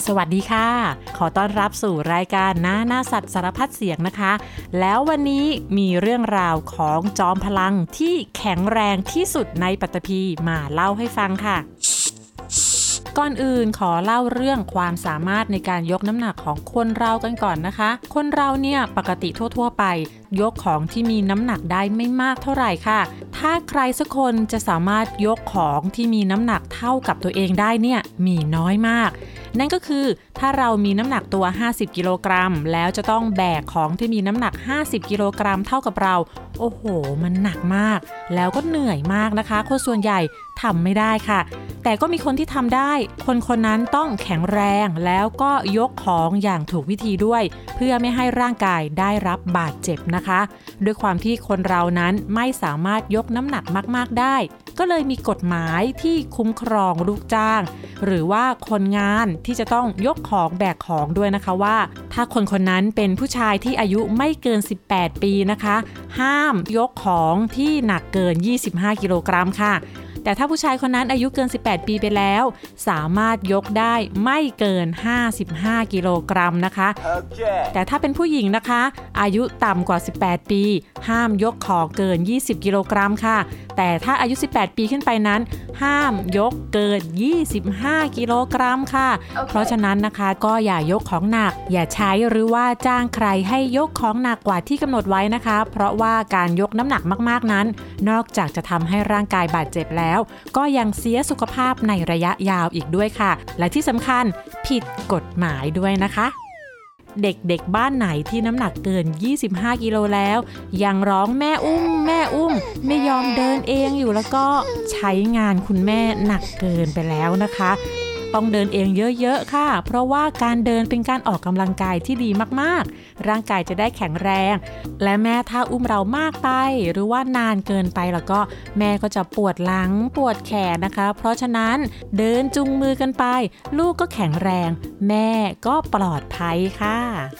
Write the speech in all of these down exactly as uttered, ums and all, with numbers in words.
สวัสดีค่ะขอต้อนรับสู่รายการหน้าหน้าสัตว์สารพัดเสียงนะคะแล้ววันนี้มีเรื่องราวของจอมพลังที่แข็งแรงที่สุดในปัตตภีมาเล่าให้ฟังค่ะก่อนอื่นขอเล่าเรื่องความสามารถในการยกน้ำหนักของคนเรากันก่อนนะคะคนเราเนี่ยปกติทั่วๆไปยกของที่มีน้ำหนักได้ไม่มากเท่าไหร่ค่ะถ้าใครสักคนจะสามารถยกของที่มีน้ำหนักเท่ากับตัวเองได้เนี่ยมีน้อยมากนั่นก็คือถ้าเรามีน้ำหนักตัวห้าสิบกิโลกรัมแล้วจะต้องแบกของที่มีน้ำหนักห้าสิบกิโลกรัมเท่ากับเราโอ้โหมันหนักมากแล้วก็เหนื่อยมากนะคะคนส่วนใหญ่ทำไม่ได้ค่ะแต่ก็มีคนที่ทำได้คนคนนั้นต้องแข็งแรงแล้วก็ยกของอย่างถูกวิธีด้วยเพื่อไม่ให้ร่างกายได้รับบาดเจ็บนะคะด้วยความที่คนเรานั้นไม่สามารถยกน้ำหนักมากๆได้ก็เลยมีกฎหมายที่คุ้มครองลูกจ้างหรือว่าคนงานที่จะต้องยกของแบกของด้วยนะคะว่าถ้าคนคนนั้นเป็นผู้ชายที่อายุไม่เกินสิบแปดปีนะคะห้ามยกของที่หนักเกินยี่สิบห้ากิโลกรัมค่ะแต่ถ้าผู้ชายคนนั้นอายุเกินสิบแปดปีไปแล้วสามารถยกได้ไม่เกินห้าสิบห้ากิโลกรัมนะคะ okay. แต่ถ้าเป็นผู้หญิงนะคะอายุต่ำกว่าสิบแปดปีห้ามยกของเกินยี่สิบกิโลกรัมค่ะแต่ถ้าอายุสิบแปดปีขึ้นไปนั้นห้ามยกเกินยี่สิบห้ากิโลกรัมค่ะ okay. เพราะฉะนั้นนะคะก็อย่ายกของหนักอย่าใช้หรือว่าจ้างใครให้ยกของหนักกว่าที่กำหนดไว้นะคะเพราะว่าการยกน้ำหนักมากๆนั้นนอกจากจะทำให้ร่างกายบาดเจ็บแล้วก็ยังเสียสุขภาพในระยะยาวอีกด้วยค่ะและที่สำคัญผิดกฎหมายด้วยนะคะเด็กๆบ้านไหนที่น้ำหนักเกินยี่สิบห้ากิโลแล้วยังร้องแม่อุ้มแม่อุ้มไม่ยอมเดินเองอยู่แล้วก็ใช้งานคุณแม่หนักเกินไปแล้วนะคะต้องเดินเองเยอะๆค่ะเพราะว่าการเดินเป็นการออกกำลังกายที่ดีมากๆร่างกายจะได้แข็งแรงและแม่ถ้าอุ้มเรามากไปหรือว่านานเกินไปแล้วก็แม่ก็จะปวดหลังปวดแขนนะคะเพราะฉะนั้นเดินจุงมือกันไปลูกก็แข็งแรงแม่ก็ปลอดภัยค่ะ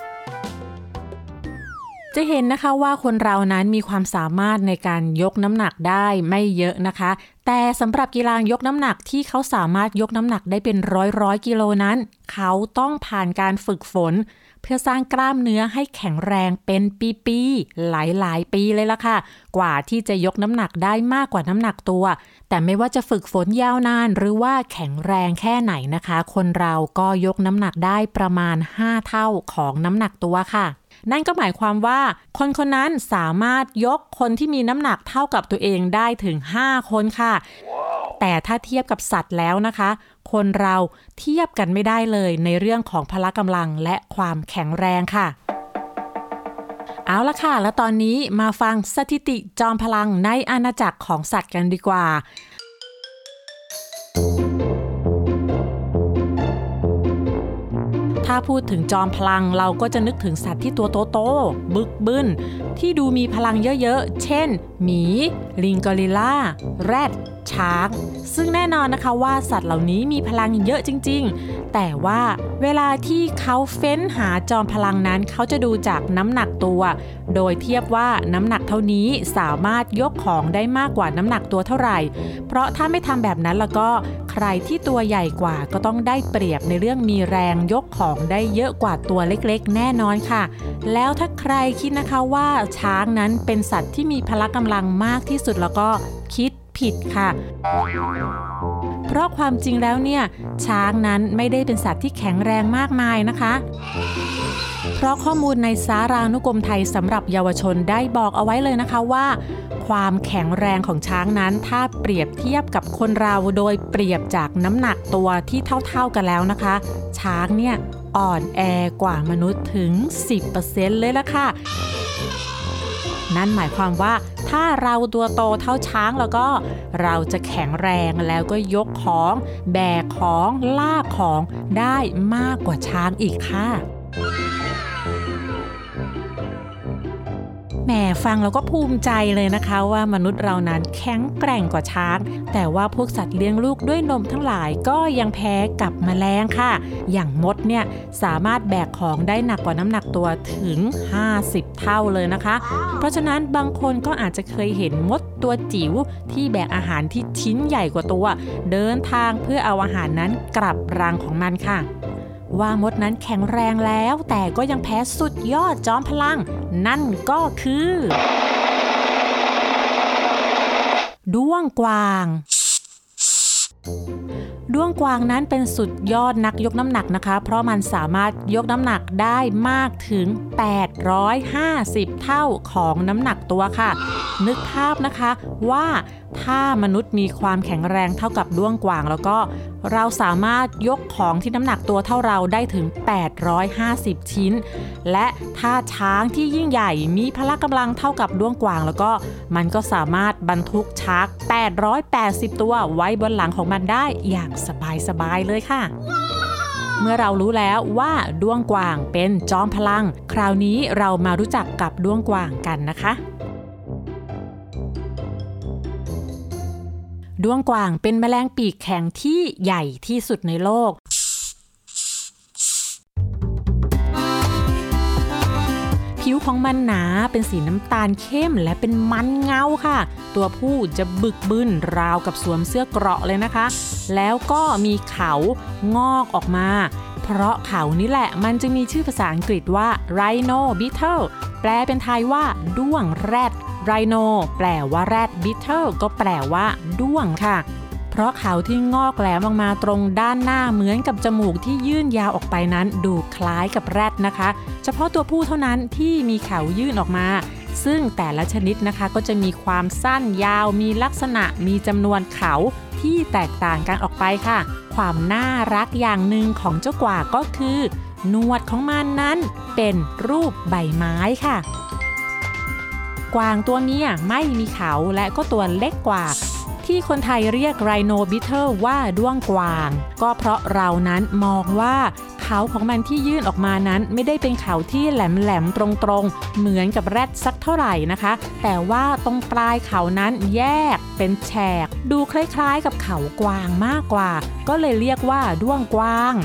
จะเห็นนะคะว่าคนเรานั้นมีความสามารถในการยกน้ำหนักได้ไม่เยอะนะคะแต่สำหรับกีฬายกน้ำหนักที่เขาสามารถยกน้ำหนักได้เป็นร้อยร้อยกิโลนั้นเขาต้องผ่านการฝึกฝนเพื่อสร้างกล้ามเนื้อให้แข็งแรงเป็นปีๆหลายๆปีเลยล่ะค่ะกว่าที่จะยกน้ำหนักได้มากกว่าน้ำหนักตัวแต่ไม่ว่าจะฝึกฝนยาวนานหรือว่าแข็งแรงแค่ไหนนะคะคนเราก็ยกน้ำหนักได้ประมาณห้าเท่าของน้ำหนักตัวค่ะนั่นก็หมายความว่าคนคนนั้นสามารถยกคนที่มีน้ำหนักเท่ากับตัวเองได้ถึงห้าคนค่ะ wow. แต่ถ้าเทียบกับสัตว์แล้วนะคะคนเราเทียบกันไม่ได้เลยในเรื่องของพละกำลังและความแข็งแรงค่ะเอาละค่ะแล้วตอนนี้มาฟังสถิติจอมพลังในอาณาจักรของสัตว์กันดีกว่าถ้าพูดถึงจอมพลังเราก็จะนึกถึงสัตว์ที่ตัวโตๆบึกบึนที่ดูมีพลังเยอะๆเช่นหมีลิงกอริลลาแรดช้างซึ่งแน่นอนนะคะว่าสัตว์เหล่านี้มีพลังเยอะจริงๆแต่ว่าเวลาที่เขาเฟ้นหาจอมพลังนั้นเขาจะดูจากน้ำหนักตัวโดยเทียบว่าน้ำหนักเท่านี้สามารถยกของได้มากกว่าน้ำหนักตัวเท่าไหร่เพราะถ้าไม่ทำแบบนั้นแล้วก็ใครที่ตัวใหญ่กว่าก็ต้องได้เปรียบในเรื่องมีแรงยกของได้เยอะกว่าตัวเล็กๆแน่นอนค่ะแล้วถ้าใครคิดนะคะว่าช้างนั้นเป็นสัตว์ที่มีพละกำลังมากที่สุดแล้วก็คิดผิดค่ะเพราะความจริงแล้วเนี่ยช้างนั้นไม่ได้เป็นสัตว์ที่แข็งแรงมากมายนะคะเพราะข้อมูลในสารานุกรมไทยสำหรับเยาวชนได้บอกเอาไว้เลยนะคะว่าความแข็งแรงของช้างนั้นถ้าเปรียบเทียบกับคนเราโดยเปรียบจากน้ำหนักตัวที่เท่าๆกันแล้วนะคะช้างเนี่ยอ่อนแอกว่ามนุษย์ถึง สิบเปอร์เซ็นต์ เลยล่ะค่ะนั่นหมายความว่าถ้าเราตัวโตเท่าช้างแล้วก็เราจะแข็งแรงแล้วก็ยกของแบกของลากของได้มากกว่าช้างอีกค่ะแหมฟังแล้วก็ภูมิใจเลยนะคะว่ามนุษย์เรานั้นแข็งแกร่งกว่าช้างแต่ว่าพวกสัตว์เลี้ยงลูกด้วยนมทั้งหลายก็ยังแพ้กับแมลงค่ะอย่างมดเนี่ยสามารถแบกของได้หนักกว่าน้ำหนักตัวถึงห้าสิบเท่าเลยนะคะเพราะฉะนั้นบางคนก็อาจจะเคยเห็นมดตัวจิ๋วที่แบกอาหารที่ชิ้นใหญ่กว่าตัวเดินทางเพื่อเอาอาหารนั้นกลับรังของมันค่ะว่ามดนั้นแข็งแรงแล้วแต่ก็ยังแพ้สุดยอดจอมพลังนั่นก็คือด้วงกวางด้วงกวางนั้นเป็นสุดยอดนักยกน้ำหนักนะคะเพราะมันสามารถยกน้ำหนักได้มากถึงแปดร้อยห้าสิบเท่าของน้ำหนักตัวค่ะนึกภาพนะคะว่าถ้ามนุษย์มีความแข็งแรงเท่ากับด้วงกวางแล้วก็เราสามารถยกของที่น้ำหนักตัวเท่าเราได้ถึงแปดร้อยห้าสิบชิ้นและถ้าช้างที่ยิ่งใหญ่มีพละกำลังเท่ากับด้วงกวางแล้วก็มันก็สามารถบรรทุกช้างแปดร้อยแปดสิบตัวไว้บนหลังของมันได้อย่างสบายๆเลยค่ะ เมื่อเรารู้แล้วว่าด้วงกวางเป็นจอมพลังคราวนี้เรามารู้จักกับด้วงกวางกันนะคะด้วงกวางเป็นแมลงปีกแข็งที่ใหญ่ที่สุดในโลกผิวของมันหนาเป็นสีน้ำตาลเข้มและเป็นมันเงาค่ะตัวผู้จะบึกบึนราวกับสวมเสื้อเกราะเลยนะคะแล้วก็มีเขางอกออกมาเพราะเขานี่แหละมันจึงมีชื่อภาษาอังกฤษว่า Rhino Beetle แปลเป็นไทยว่าด้วงแรด Rhino แปลว่าแรด Beetle ก็แปลว่าด้วงค่ะเพราะเขาที่งอกแหลมออกมาตรงด้านหน้าเหมือนกับจมูกที่ยื่นยาวออกไปนั้นดูคล้ายกับแรดนะคะเฉพาะตัวผู้เท่านั้นที่มีเขายื่นออกมาซึ่งแต่ละชนิดนะคะก็จะมีความสั้นยาวมีลักษณะมีจำนวนเขาที่แตกต่างกันออกไปค่ะความน่ารักอย่างหนึ่งของเจ้ากวางก็คือหนวดของมันนั้นเป็นรูปใบไม้ค่ะกวางตัวนี้ไม่มีเขาและก็ตัวเล็กกว่าที่คนไทยเรียก Rhino Beetle ว่าด้วงกวางก็เพราะเรานั้นมองว่าเขาของมันที่ยื่นออกมานั้นไม่ได้เป็นเขาที่แหลมๆตรงๆเหมือนกับแรดสักเท่าไหร่นะคะแต่ว่าตรงปลายเขานั้นแยกเป็นแฉกดูคล้ายๆกับเขากวางมากกว่าก็เลยเรียกว่าด้วงกวาง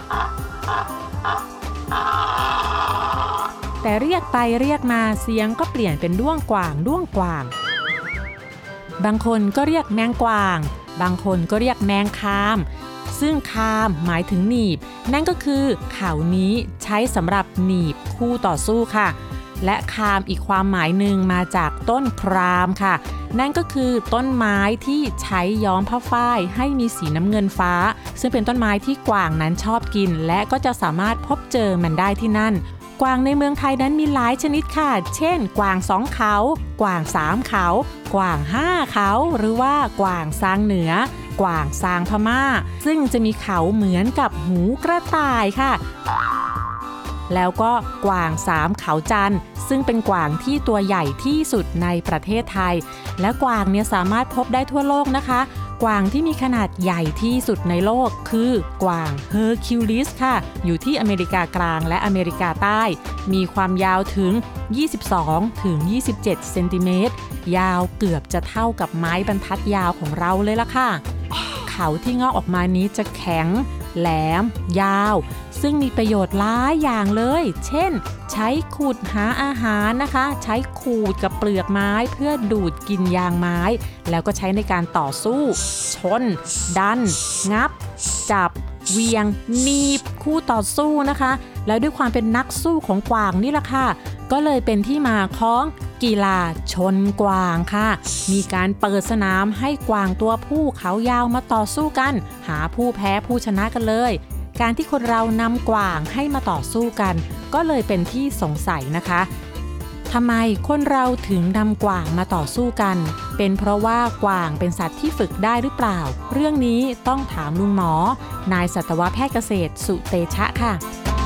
แต่เรียกไปเรียกมาเสียงก็เปลี่ยนเป็นด้วงกวางด้วงกวางบางคนก็เรียกแมงกวางบางคนก็เรียกแมงคามซึ่งคามหมายถึงหนีบนั่นก็คือเขานี้ใช้สำหรับหนีบคู่ต่อสู้ค่ะและคามอีกความหมายหนึ่งมาจากต้นครามค่ะนั่นก็คือต้นไม้ที่ใช้ย้อมผ้าฝ้ายให้มีสีน้ำเงินฟ้าซึ่งเป็นต้นไม้ที่กวางนั้นชอบกินและก็จะสามารถพบเจอมันได้ที่นั่นกวางในเมืองไทยนั้นมีหลายชนิดค่ะเช่นกวางสองเขากวางสามเขากวางห้าเขาหรือว่ากวางซางเหนือกวางซางพม่าซึ่งจะมีเขาเหมือนกับหูกระต่ายค่ะแล้วก็กวางสามเขาจันทร์ซึ่งเป็นกวางที่ตัวใหญ่ที่สุดในประเทศไทยและกวางเนี่ยสามารถพบได้ทั่วโลกนะคะกวางที่มีขนาดใหญ่ที่สุดในโลกคือกวางเฮอร์คิวลิสค่ะอยู่ที่อเมริกากลางและอเมริกาใต้มีความยาวถึงยี่สิบสองถึงยี่สิบเจ็ดเซนติเมตรยาวเกือบจะเท่ากับไม้บรรทัดยาวของเราเลยล่ะค่ะเขาที่งอกออกมานี้จะแข็งแหลมยาวซึ่งมีประโยชน์หลายอย่างเลยเช่นใช้ขูดหาอาหารนะคะใช้ขูดกับเปลือกไม้เพื่อดูดกินยางไม้แล้วก็ใช้ในการต่อสู้ชนดันงับจับเวียงหนีบคู่ต่อสู้นะคะแล้วด้วยความเป็นนักสู้ของกวางนี่แหละค่ะก็เลยเป็นที่มาของกีฬาชนกวางค่ะมีการเปิดสนามให้กวางตัวผู้เขายาวมาต่อสู้กันหาผู้แพ้ผู้ชนะกันเลยการที่คนเรานำกวางให้มาต่อสู้กันก็เลยเป็นที่สงสัยนะคะทำไมคนเราถึงนำกวางมาต่อสู้กันเป็นเพราะว่ากวางเป็นสัตว์ที่ฝึกได้หรือเปล่าเรื่องนี้ต้องถามลุงหมอนายสัตวแพทย์เกษตรสุเตชะค่ะ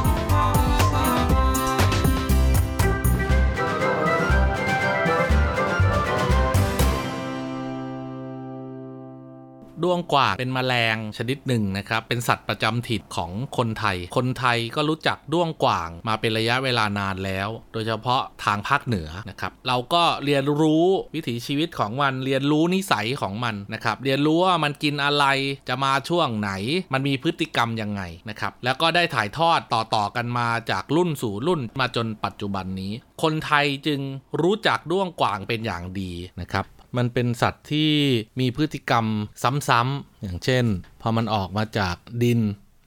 ด้วงกวางเป็นแมลงชนิดหนึ่งนะครับเป็นสัตว์ประจำถิ่นของคนไทยคนไทยก็รู้จักด้วงกวางมาเป็นระยะเวลานานแล้วโดยเฉพาะทางภาคเหนือนะครับเราก็เรียนรู้วิถีชีวิตของมันเรียนรู้นิสัยของมันนะครับเรียนรู้ว่ามันกินอะไรจะมาช่วงไหนมันมีพฤติกรรมยังไงนะครับแล้วก็ได้ถ่ายทอดต่อๆกันมาจากรุ่นสู่รุ่นมาจนปัจจุบันนี้คนไทยจึงรู้จักด้วงกวางเป็นอย่างดีนะครับมันเป็นสัตว์ที่มีพฤติกรรมซ้ำๆอย่างเช่นพอมันออกมาจากดิน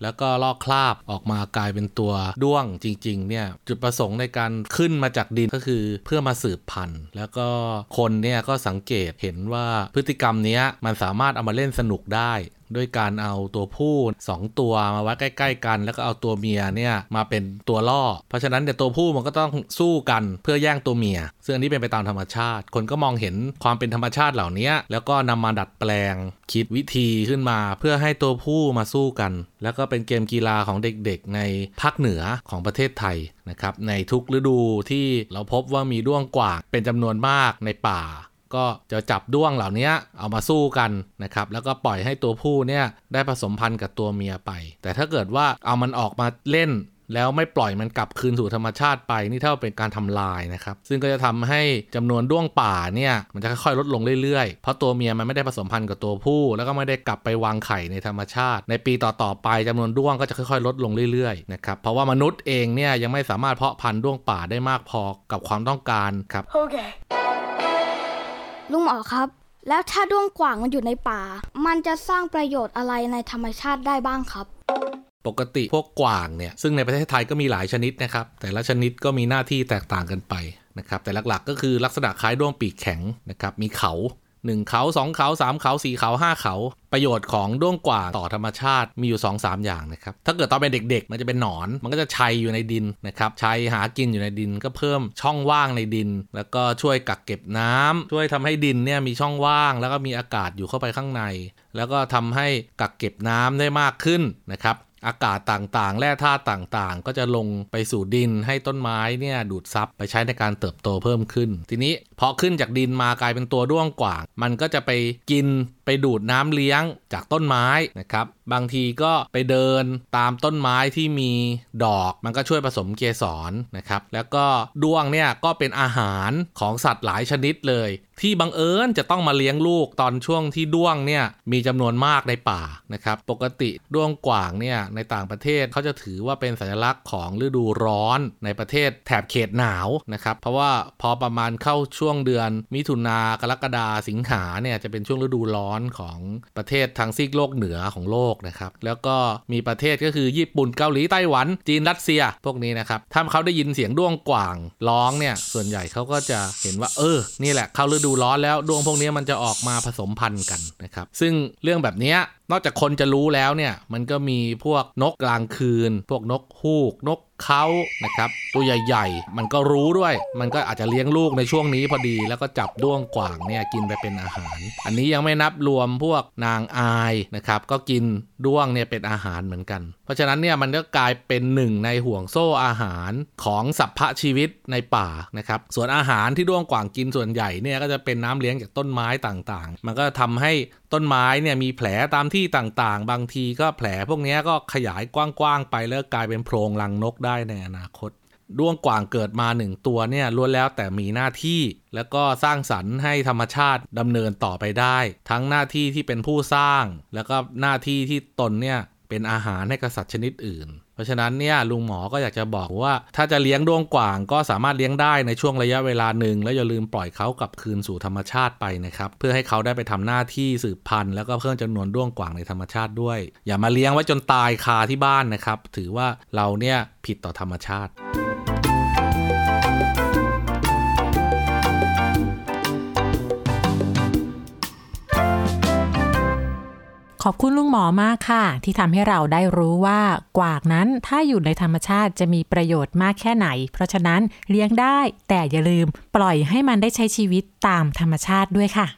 แล้วก็ลอกคราบออกมากลายเป็นตัวด้วงจริงๆเนี่ยจุดประสงค์ในการขึ้นมาจากดินก็คือเพื่อมาสืบพันธุ์แล้วก็คนเนี่ยก็สังเกตเห็นว่าพฤติกรรมนี้มันสามารถเอามาเล่นสนุกได้ด้วยการเอาตัวผู้สองตัวมาไว้ใกล้ๆกันแล้วก็เอาตัวเมียเนี่ยมาเป็นตัวล่อเพราะฉะนั้นเดี๋ยวตัวผู้มันก็ต้องสู้กันเพื่อแย่งตัวเมียซึ่งอันนี้เป็นไปตามธรรมชาติคนก็มองเห็นความเป็นธรรมชาติเหล่านี้แล้วก็นำมาดัดแปลงคิดวิธีขึ้นมาเพื่อให้ตัวผู้มาสู้กันแล้วก็เป็นเกมกีฬาของเด็กๆในภาคเหนือของประเทศไทยนะครับในทุกฤดูที่เราพบว่ามีด้วงกว่างเป็นจำนวนมากในป่าก็จะจับด้วงเหล่านี้เอามาสู้กันนะครับแล้วก็ปล่อยให้ตัวผู้เนี่ยได้ผสมพันธุ์กับตัวเมียไปแต่ถ้าเกิดว่าเอามันออกมาเล่นแล้วไม่ปล่อยมันกลับคืนสู่ธรรมชาติไปนี่เท่าเป็นการทำลายนะครับซึ่งก็จะทำให้จำนวนด้วงป่าเนี่ยมันจะค่อยๆลดลงเรื่อยๆเพราะตัวเมียมันไม่ได้ผสมพันธุ์กับตัวผู้แล้วก็ไม่ได้กลับไปวางไข่ในธรรมชาติในปีต่อๆไปจำนวนด้วงก็จะค่อยๆลดลงเรื่อยๆนะครับเพราะว่ามนุษย์เองเนี่ยยังไม่สามารถเพาะพันธุ์ด้วงป่าได้มากพอกับความต้องการครับโอเคลุงหมอครับแล้วถ้าด้วงกว่างมันอยู่ในป่ามันจะสร้างประโยชน์อะไรในธรรมชาติได้บ้างครับปกติพวกกว่างเนี่ยซึ่งในประเทศไทยก็มีหลายชนิดนะครับแต่ละชนิดก็มีหน้าที่แตกต่างกันไปนะครับแต่หลักๆก็คือลักษณะคล้ายด้วงปีกแข็งนะครับมีเขาหนึ่งเขาสองเขาสามเขาสี่เขาห้าเขาประโยชน์ของด้วงกว่างต่อธรรมชาติมีอยู่ สองสาม อย่างนะครับถ้าเกิดตอนเป็นเด็กๆมันจะเป็นหนอนมันก็จะชัยอยู่ในดินนะครับชัยหากินอยู่ในดินก็เพิ่มช่องว่างในดินแล้วก็ช่วยกักเก็บน้ำช่วยทำให้ดินเนี่ยมีช่องว่างแล้วก็มีอากาศอยู่เข้าไปข้างในแล้วก็ทำให้กักเก็บน้ำได้มากขึ้นนะครับอากาศต่างๆแร่ธาตุต่างๆก็จะลงไปสู่ดินให้ต้นไม้เนี่ยดูดซับไปใช้ในการเติบโตเพิ่มขึ้นทีนี้พอขึ้นจากดินมากลายเป็นตัวด้วงกว่างมันก็จะไปกินไปดูดน้ำเลี้ยงจากต้นไม้นะครับบางทีก็ไปเดินตามต้นไม้ที่มีดอกมันก็ช่วยผสมเกสรนะครับแล้วก็ด้วงเนี่ยก็เป็นอาหารของสัตว์หลายชนิดเลยที่บังเอิญจะต้องมาเลี้ยงลูกตอนช่วงที่ด้วงเนี่ยมีจำนวนมากในป่านะครับปกติด้วงกว่างเนี่ยในต่างประเทศเขาจะถือว่าเป็นสัญลักษณ์ของฤดูร้อนในประเทศแถบเขตหนาวนะครับเพราะว่าพอประมาณเข้าช่วงเดือนมิถุนากรกฎาสิงหาเนี่ยจะเป็นช่วงฤดูร้อนของประเทศทางซีกโลกเหนือของโลกนะครับแล้วก็มีประเทศก็คือญี่ปุ่นเกาหลีไต้หวันจีนรัสเซียพวกนี้นะครับถ้าเขาได้ยินเสียงด้วงกว่างร้องเนี่ยส่วนใหญ่เขาก็จะเห็นว่าเออนี่แหละเข้าฤดูร้อนแล้วด้วงพวกนี้มันจะออกมาผสมพันธุ์กันนะครับซึ่งเรื่องแบบนี้นอกจากคนจะรู้แล้วเนี่ยมันก็มีพวกนกกลางคืนพวกนกฮูกนกเขานะครับตัวใหญ่ๆมันก็รู้ด้วยมันก็อาจจะเลี้ยงลูกในช่วงนี้พอดีแล้วก็จับด้วงกว่างเนี่ยกินไปเป็นอาหารอันนี้ยังไม่นับรวมพวกนางอายนะครับก็กินด้วงเนี่ยเป็นอาหารเหมือนกันเพราะฉะนั้นเนี่ยมันก็กลายเป็นหนึ่งในห่วงโซ่อาหารของสัพพะชีวิตในป่านะครับส่วนอาหารที่ด้วงกว่างกินส่วนใหญ่เนี่ยก็จะเป็นน้ำเลี้ยงจากต้นไม้ต่างๆมันก็ทำให้ต้นไม้เนี่ยมีแผลตามที่ต่างๆบางทีก็แผลพวกนี้ก็ขยายกว้างๆไปแล้วกลายเป็นโพรงรังนกได้ในอนาคตด้วงกว่างเกิดมาหนึ่งตัวเนี่ยล้วนแล้วแต่มีหน้าที่แล้วก็สร้างสรรค์ให้ธรรมชาติดำเนินต่อไปได้ทั้งหน้าที่ที่เป็นผู้สร้างแล้วก็หน้าที่ที่ตนเนี่ยเป็นอาหารให้กับสัตว์ชนิดอื่นเพราะฉะนั้นเนี่ยลุงหมอก็อยากจะบอกว่าถ้าจะเลี้ยงด้วงกว่างก็สามารถเลี้ยงได้ในช่วงระยะเวลาหนึ่งแล้วอย่าลืมปล่อยเขากลับคืนสู่ธรรมชาติไปนะครับเพื่อให้เขาได้ไปทำหน้าที่สืบพันธุ์แล้วก็เพิ่มจำนวนด้วงกว่างในธรรมชาติด้วยอย่ามาเลี้ยงไว้จนตายคาที่บ้านนะครับถือว่าเราเนี่ยผิดต่อธรรมชาติขอบคุณลุงหมอมากค่ะที่ทำให้เราได้รู้ว่ากวางนั้นถ้าอยู่ในธรรมชาติจะมีประโยชน์มากแค่ไหนเพราะฉะนั้นเลี้ยงได้แต่อย่าลืมปล่อยให้มันได้ใช้ชีวิตตามธรรมชาติด้วยค่ะ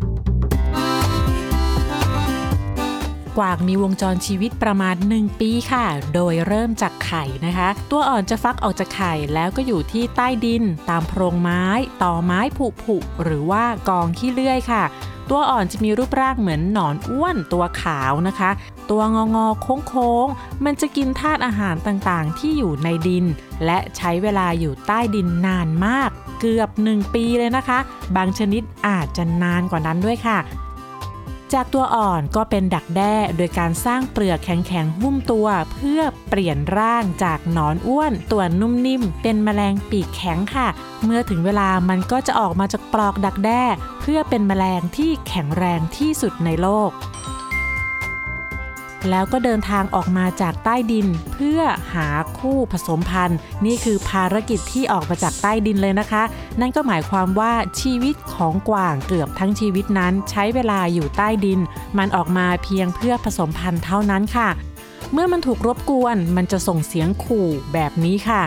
กวางมีวงจรชีวิตประมาณหนึ่งปีค่ะโดยเริ่มจากไข่นะคะตัวอ่อนจะฟักออกจากไข่แล้วก็อยู่ที่ใต้ดินตามโพรงไม้ต่อไม้ผุๆหรือว่ากองขี้เลื่อยค่ะตัวอ่อนจะมีรูปร่างเหมือนหนอนอ้วนตัวขาวนะคะตัวงองอโค้งๆมันจะกินธาตุอาหารต่างๆที่อยู่ในดินและใช้เวลาอยู่ใต้ดินนานมากเกือบหนึ่งปีเลยนะคะบางชนิดอาจจะนานกว่านั้นด้วยค่ะจากตัวอ่อนก็เป็นดักแด้โดยการสร้างเปลือกแข็งๆหุ้มตัวเพื่อเปลี่ยนร่างจากหนอนอ้วนตัวนุ่มนิ่มเป็นแมลงปีกแข็งค่ะเมื่อถึงเวลามันก็จะออกมาจากปลอกดักแด้เพื่อเป็นแมลงที่แข็งแรงที่สุดในโลกแล้วก็เดินทางออกมาจากใต้ดินเพื่อหาคู่ผสมพันธุ์นี่คือภารกิจที่ออกมาจากใต้ดินเลยนะคะนั่นก็หมายความว่าชีวิตของกวางเกือบทั้งชีวิตนั้นใช้เวลาอยู่ใต้ดินมันออกมาเพียงเพื่อผสมพันธุ์เท่านั้นค่ะเมื่อมันถูกรบกวนมันจะส่งเสียงขู่แบบนี้ค่ะ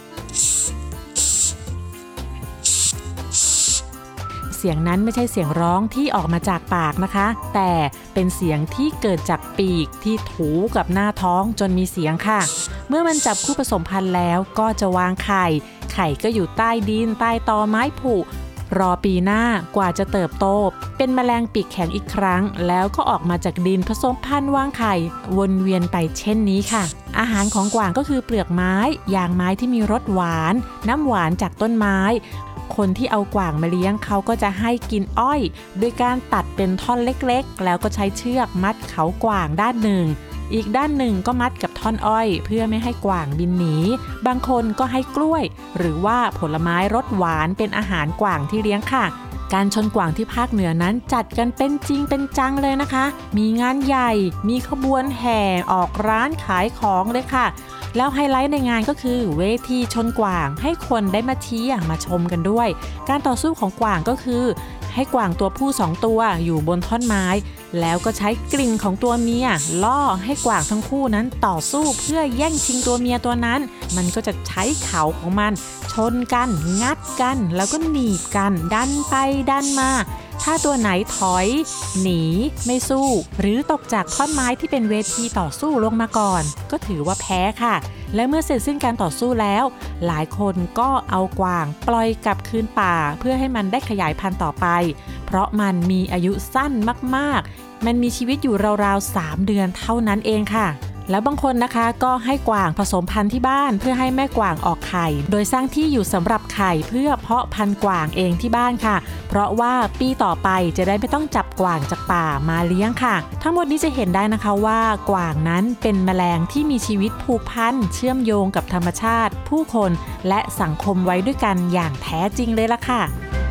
เสียงนั้นไม่ใช่เสียงร้องที่ออกมาจากปากนะคะแต่เป็นเสียงที่เกิดจากปีกที่ถูกับหน้าท้องจนมีเสียงค่ะเมื่อมันจับคู่ผสมพันธุ์แล้วก็จะวางไข่ไข่ก็อยู่ใต้ดินใต้ตอไม้ผุรอปีหน้ากว่าจะเติบโตเป็นแมลงปีกแข็งอีกครั้งแล้วก็ออกมาจากดินผสมพันธุ์วางไข่วนเวียนไปเช่นนี้ค่ะอาหารของกวางก็คือเปลือกไม้ยางไม้ที่มีรสหวานน้ำหวานจากต้นไม้คนที่เอากวางมาเลี้ยงเขาก็จะให้กินอ้อยโดยการตัดเป็นท่อนเล็กๆแล้วก็ใช้เชือกมัดเขากวางด้านหนึ่งอีกด้านหนึ่งก็มัดกับท่อนอ้อยเพื่อไม่ให้กวางบินหนีบางคนก็ให้กล้วยหรือว่าผลไม้รสหวานเป็นอาหารกวางที่เลี้ยงค่ะการชนกวางที่ภาคเหนือนั้นจัดกันเป็นจริงเป็นจังเลยนะคะมีงานใหญ่มีขบวนแห่ออกร้านขายของเลยค่ะแล้วไฮไลท์ในงานก็คือเวทีชนกวางให้คนได้มาเชียร์มาชมกันด้วยการต่อสู้ของกวางก็คือให้กวางตัวผู้สองตัวอยู่บนท่อนไม้แล้วก็ใช้กลิ่นของตัวเมียล่อให้กวางทั้งคู่นั้นต่อสู้เพื่อแย่งชิงตัวเมียตัวนั้นมันก็จะใช้เขาของมันชนกันงัดกันแล้วก็หนีบกันดันไปดันมาถ้าตัวไหนถอยหนีไม่สู้หรือตกจากท่อนไม้ที่เป็นเวทีต่อสู้ลงมาก่อนก็ถือว่าแพ้ค่ะและเมื่อเสร็จสิ้นการต่อสู้แล้วหลายคนก็เอากวางปล่อยกลับคืนป่าเพื่อให้มันได้ขยายพันธุ์ต่อไปเพราะมันมีอายุสั้นมากๆมันมีชีวิตอยู่ราวๆสามเดือนเท่านั้นเองค่ะแล้วบางคนนะคะก็ให้กวางผสมพันธุ์ที่บ้านเพื่อให้แม่กวางออกไข่โดยสร้างที่อยู่สำหรับไข่เพื่อเพาะพันธุ์กวางเองที่บ้านค่ะเพราะว่าปีต่อไปจะได้ไม่ต้องจับกวางจากป่ามาเลี้ยงค่ะทั้งหมดนี้จะเห็นได้นะคะว่ากวางนั้นเป็นแมลงที่มีชีวิตผูกพันเชื่อมโยงกับธรรมชาติผู้คนและสังคมไว้ด้วยกันอย่างแท้จริงเลยล่ะค่ะ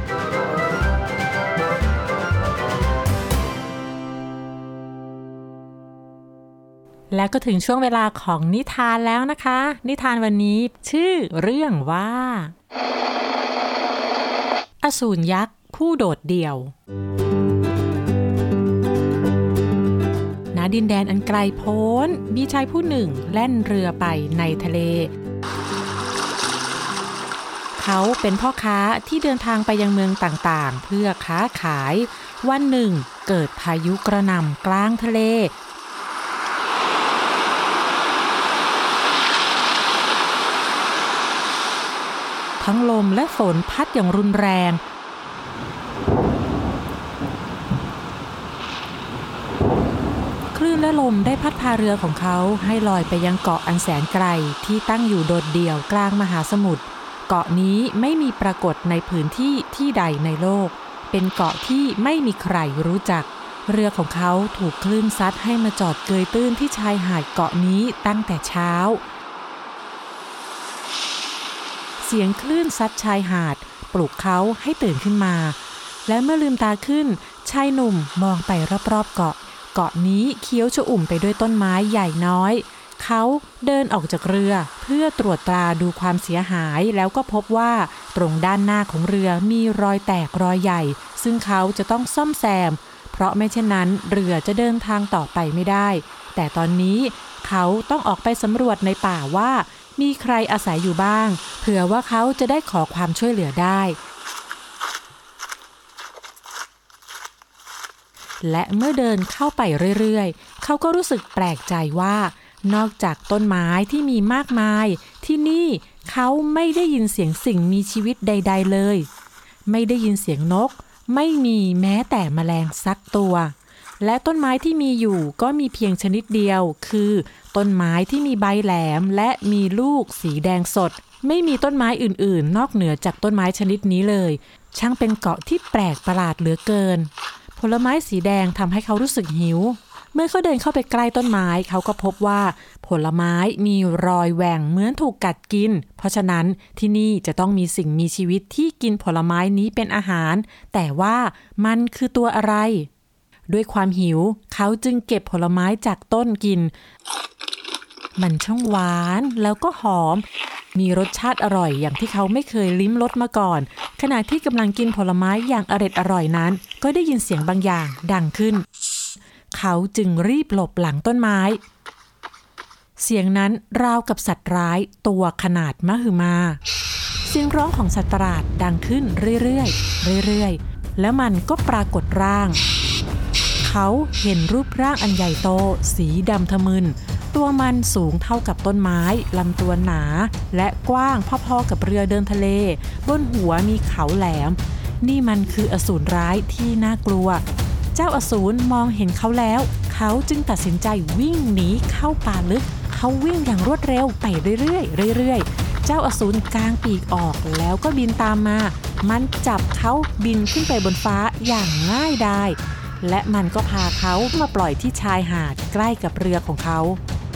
และก็ถึงช่วงเวลาของนิทานแล้วนะคะนิทานวันนี้ชื่อเรื่องว่าอสูรยักษ์ผู้โดดเดี่ยวณดินแดนอันไกลโพ้นมีชายผู้หนึ่งแล่นเรือไปในทะเลเขาเป็นพ่อค้าที่เดินทางไปยังเมืองต่างๆเพื่อค้าขายวันหนึ่งเกิดพายุกระหน่ำกลางทะเลทั้งลมและฝนพัดอย่างรุนแรงคลื่นและลมได้พัดพาเรือของเขาให้ลอยไปยังเกาะอันแสนไกลที่ตั้งอยู่โดดเดี่ยวกลางมหาสมุทรเกาะนี้ไม่มีปรากฏในพื้นที่ที่ใดในโลกเป็นเกาะที่ไม่มีใครรู้จักเรือของเขาถูกคลื่นซัดให้มาจอดเกยตื้นที่ชายหาดเกาะนี้ตั้งแต่เช้าเสียงคลื่นซัดชายหาดปลุกเขาให้ตื่นขึ้นมาและเมื่อลืมตาขึ้นชายหนุ่มมองไปรอบๆเกาะเกาะนี้เขียวชอุ่มไปด้วยต้นไม้ใหญ่น้อยเขาเดินออกจากเรือเพื่อตรวจตราดูความเสียหายแล้วก็พบว่าตรงด้านหน้าของเรือมีรอยแตกรอยใหญ่ซึ่งเขาจะต้องซ่อมแซมเพราะไม่เช่นนั้นเรือจะเดินทางต่อไปไม่ได้แต่ตอนนี้เขาต้องออกไปสำรวจในป่าว่ามีใครอาศัยอยู่บ้างเผื่อว่าเขาจะได้ขอความช่วยเหลือได้และเมื่อเดินเข้าไปเรื่อยๆเขาก็รู้สึกแปลกใจว่านอกจากต้นไม้ที่มีมากมายที่นี่เขาไม่ได้ยินเสียงสิ่งมีชีวิตใดๆเลยไม่ได้ยินเสียงนกไม่มีแม้แต่แมลงสักตัวและต้นไม้ที่มีอยู่ก็มีเพียงชนิดเดียวคือต้นไม้ที่มีใบแหลมและมีลูกสีแดงสดไม่มีต้นไม้อื่นๆนอกเหนือจากต้นไม้ชนิดนี้เลยช่างเป็นเกาะที่แปลกประหลาดเหลือเกินผลไม้สีแดงทำให้เขารู้สึกหิวเมื่อเขาเดินเข้าไปใกล้ต้นไม้เขาก็พบว่าผลไม้มีรอยแหว่งเหมือนถูกกัดกินเพราะฉะนั้นที่นี่จะต้องมีสิ่งมีชีวิตที่กินผลไม้นี้เป็นอาหารแต่ว่ามันคือตัวอะไรด้วยความหิวเขาจึงเก็บผลไม้จากต้นกินมันช่างหวานแล้วก็หอมมีรสชาติอร่อยอย่างที่เขาไม่เคยลิ้มรสมาก่อนขณะที่กำลังกินผลไม้อย่างอร็ดอร่อยนั้นก็ได้ยินเสียงบางอย่างดังขึ้นเขาจึงรีบหลบหลังต้นไม้เสียงนั้นราวกับสัตว์ร้ายตัวขนาดมหึมาเสียงร้องของสัตว์ประหลาดดังขึ้นเรื่อยๆเรื่อยๆแล้วมันก็ปรากฏร่างเขาเห็นรูปร่างอันใหญ่โตสีดำทะมึนตัวมันสูงเท่ากับต้นไม้ลำตัวหนาและกว้างพอๆกับเรือเดินทะเลบนหัวมีเขาแหลมนี่มันคืออสูรร้ายที่น่ากลัวเจ้าอสูรมองเห็นเขาแล้วเขาจึงตัดสินใจวิ่งหนีเข้าป่าลึกเขาวิ่งอย่างรวดเร็วไปเรื่อยๆเรื่อยๆเจ้าอสูรกางปีกออกแล้วก็บินตามมามันจับเขาบินขึ้นไปบนฟ้าอย่างง่ายดายและมันก็พาเขามาปล่อยที่ชายหาดใกล้กับเรือของเขา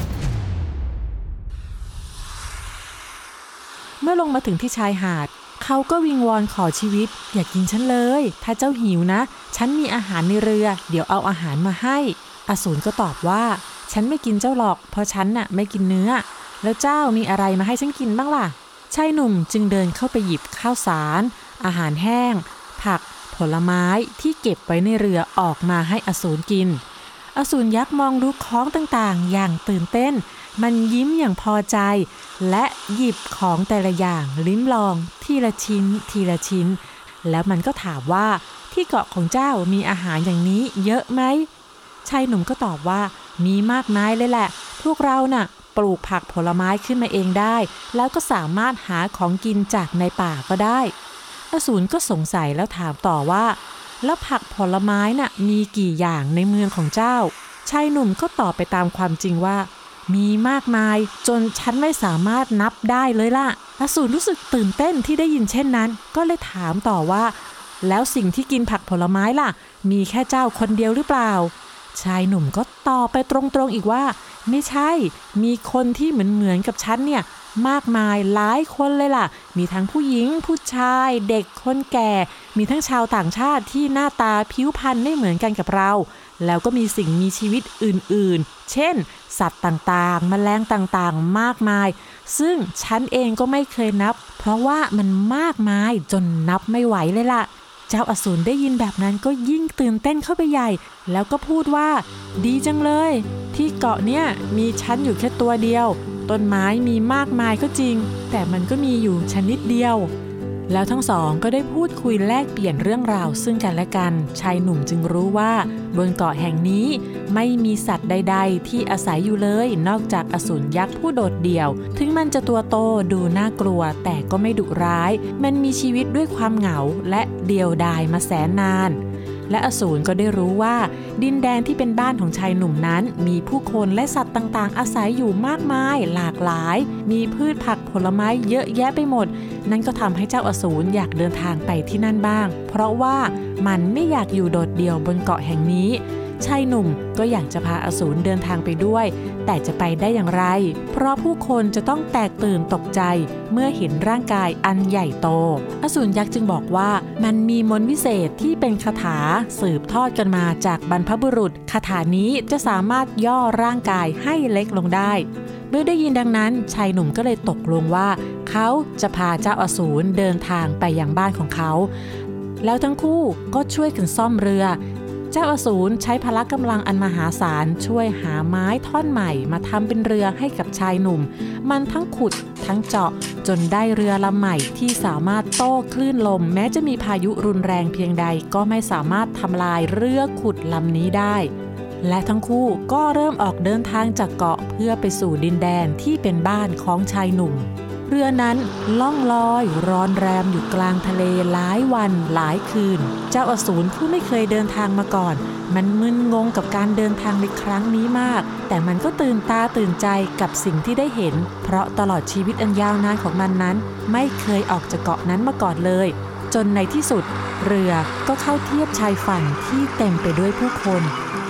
เมื่อลงมาถึงที่ชายหาดเขาก็วิงวอนขอชีวิตอย่ากินฉันเลยถ้าเจ้าหิวนะฉันมีอาหารในเรือเดี๋ยวเอาอาหารมาให้อสูรก็ตอบว่าฉันไม่กินเจ้าหรอกเพราะฉันน่ะไม่กินเนื้อแล้วเจ้ามีอะไรมาให้ฉันกินบ้างล่ะชายหนุ่มจึงเดินเข้าไปหยิบข้าวสารอาหารแห้งผักผลไม้ที่เก็บไว้ในเรือออกมาให้อสูรกินอสูรยักษ์มองดูของต่างๆอย่างตื่นเต้นมันยิ้มอย่างพอใจและหยิบของแต่ละอย่างลิ้มลองทีละชิ้นทีละชิ้นแล้วมันก็ถามว่าที่เกาะของเจ้ามีอาหารอย่างนี้เยอะไหมชายหนุ่มก็ตอบว่ามีมากมายเลยแหละพวกเราน่ะปลูกผักผลไม้ขึ้นมาเองได้แล้วก็สามารถหาของกินจากในป่าก็ได้อสูรก็สงสัยแล้วถามต่อว่าแล้วผักผลไม้น่ะมีกี่อย่างในเมืองของเจ้าชายหนุ่มก็ตอบไปตามความจริงว่ามีมากมายจนฉันไม่สามารถนับได้เลยล่ะอสูรรู้สึกตื่นเต้นที่ได้ยินเช่นนั้นก็เลยถามต่อว่าแล้วสิ่งที่กินผักผลไม้ล่ะมีแค่เจ้าคนเดียวหรือเปล่าชายหนุ่มก็ตอบไปตรงๆอีกว่าไม่ใช่มีคนที่เหมือนเหมือนกับฉันเนี่ยมากมายหลายคนเลยล่ะมีทั้งผู้หญิงผู้ชายเด็กคนแก่มีทั้งชาวต่างชาติที่หน้าตาผิวพรรณไม่เหมือนกันกับเราแล้วก็มีสิ่งมีชีวิตอื่นๆเช่นสัตว์ต่างๆแมลงต่างๆมากมายซึ่งฉันเองก็ไม่เคยนับเพราะว่ามันมากมายจนนับไม่ไหวเลยล่ะเจ้าอสูรได้ยินแบบนั้นก็ยิ่งตื่นเต้นเข้าไปใหญ่แล้วก็พูดว่าดีจังเลยที่เกาะเนี้ยมีฉันอยู่แค่ตัวเดียวต้นไม้มีมากมายก็จริงแต่มันก็มีอยู่ชนิดเดียวแล้วทั้งสองก็ได้พูดคุยแลกเปลี่ยนเรื่องราวซึ่งกันและกันชายหนุ่มจึงรู้ว่าบนเกาะแห่งนี้ไม่มีสัตว์ใดๆที่อาศัยอยู่เลยนอกจากอสูรยักษ์ผู้โดดเดี่ยวถึงมันจะตัวโตดูน่ากลัวแต่ก็ไม่ดุร้ายมันมีชีวิตด้วยความเหงาและเดียวดายมาแสนนานและอสูรก็ได้รู้ว่าดินแดนที่เป็นบ้านของชายหนุ่มนั้นมีผู้คนและสัตว์ต่างๆอาศัยอยู่มากมายหลากหลายมีพืชผักผลไม้เยอะแยะไปหมดนั่นก็ทำให้เจ้าอสูรอยากเดินทางไปที่นั่นบ้างเพราะว่ามันไม่อยากอยู่โดดเดี่ยวบนเกาะแห่งนี้ชายหนุ่มก็อยากจะพาอสูรเดินทางไปด้วยแต่จะไปได้อย่างไรเพราะผู้คนจะต้องแตกตื่นตกใจเมื่อเห็นร่างกายอันใหญ่โตอสูรยักษ์จึงบอกว่ามันมีมนต์วิเศษที่เป็นคาถาสืบทอดกันมาจากบรรพบุรุษคาถานี้จะสามารถย่อร่างกายให้เล็กลงได้เมื่อได้ยินดังนั้นชายหนุ่มก็เลยตกลงว่าเขาจะพาเจ้าอสูรเดินทางไปยังบ้านของเขาแล้วทั้งคู่ก็ช่วยกันซ่อมเรือเจ้าอสูรใช้พละกำลังอันมหาศาลช่วยหาไม้ท่อนใหม่มาทำเป็นเรือให้กับชายหนุ่มมันทั้งขุดทั้งเจาะจนได้เรือลำใหม่ที่สามารถโต้คลื่นลมแม้จะมีพายุรุนแรงเพียงใดก็ไม่สามารถทำลายเรือขุดลำนี้ได้และทั้งคู่ก็เริ่มออกเดินทางจากเกาะเพื่อไปสู่ดินแดนที่เป็นบ้านของชายหนุ่มเรือนั้นล่องลอยรอนแรมอยู่กลางทะเลหลายวันหลายคืนเจ้าอสูรผู้ไม่เคยเดินทางมาก่อนมันมึนงงกับการเดินทางในครั้งนี้มากแต่มันก็ตื่นตาตื่นใจกับสิ่งที่ได้เห็นเพราะตลอดชีวิตอันยาวนานของมันนั้นไม่เคยออกจากเกาะนั้นมาก่อนเลยจนในที่สุดเรือก็เข้าเทียบชายฝั่งที่เต็มไปด้วยผู้คน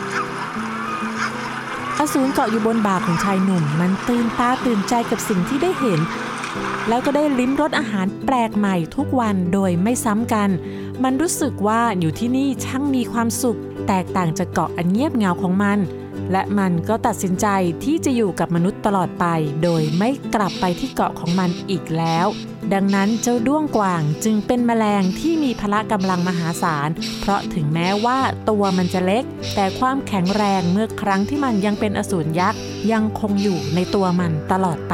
อสูรเกาะอยู่บนบ่าของชายหนุ่มมันตื่นตาตื่นใจกับสิ่งที่ได้เห็นแล้วก็ได้ลิ้มรสอาหารแปลกใหม่ทุกวันโดยไม่ซ้ำกันมันรู้สึกว่าอยู่ที่นี่ช่างมีความสุขแตกต่างจากเกาะอันเงียบเหงาของมันและมันก็ตัดสินใจที่จะอยู่กับมนุษย์ตลอดไปโดยไม่กลับไปที่เกาะของมันอีกแล้วดังนั้นเจ้าด้วงกว่างจึงเป็นแมลงที่มีพละกำลังมหาศาลเพราะถึงแม้ว่าตัวมันจะเล็กแต่ความแข็งแรงเมื่อครั้งที่มันยังเป็นอสูรยักษ์ยังคงอยู่ในตัวมันตลอดไป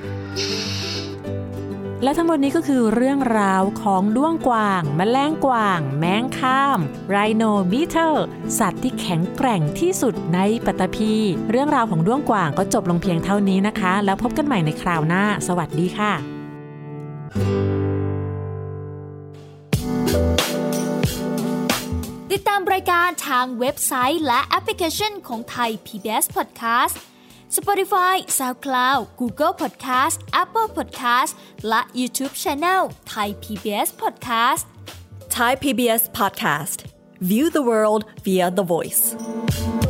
และทั้งหมดนี้ก็คือเรื่องราวของด้วงกว่างแมลงกว่างแมงข้ามไรโนบีเทลสัตว์ที่แข็งแกร่งที่สุดในปฐพีเรื่องราวของด้วงกว่างก็จบลงเพียงเท่านี้นะคะแล้วพบกันใหม่ในคราวหน้าสวัสดีค่ะติดตามรายการทางเว็บไซต์และแอปพลิเคชันของไทย พี บี เอส Podcast Spotify, SoundCloud, Google Podcast, Apple Podcast และ YouTube Channel Thai พี บี เอส Podcast Thai พี บี เอส Podcast. View the world via the voice.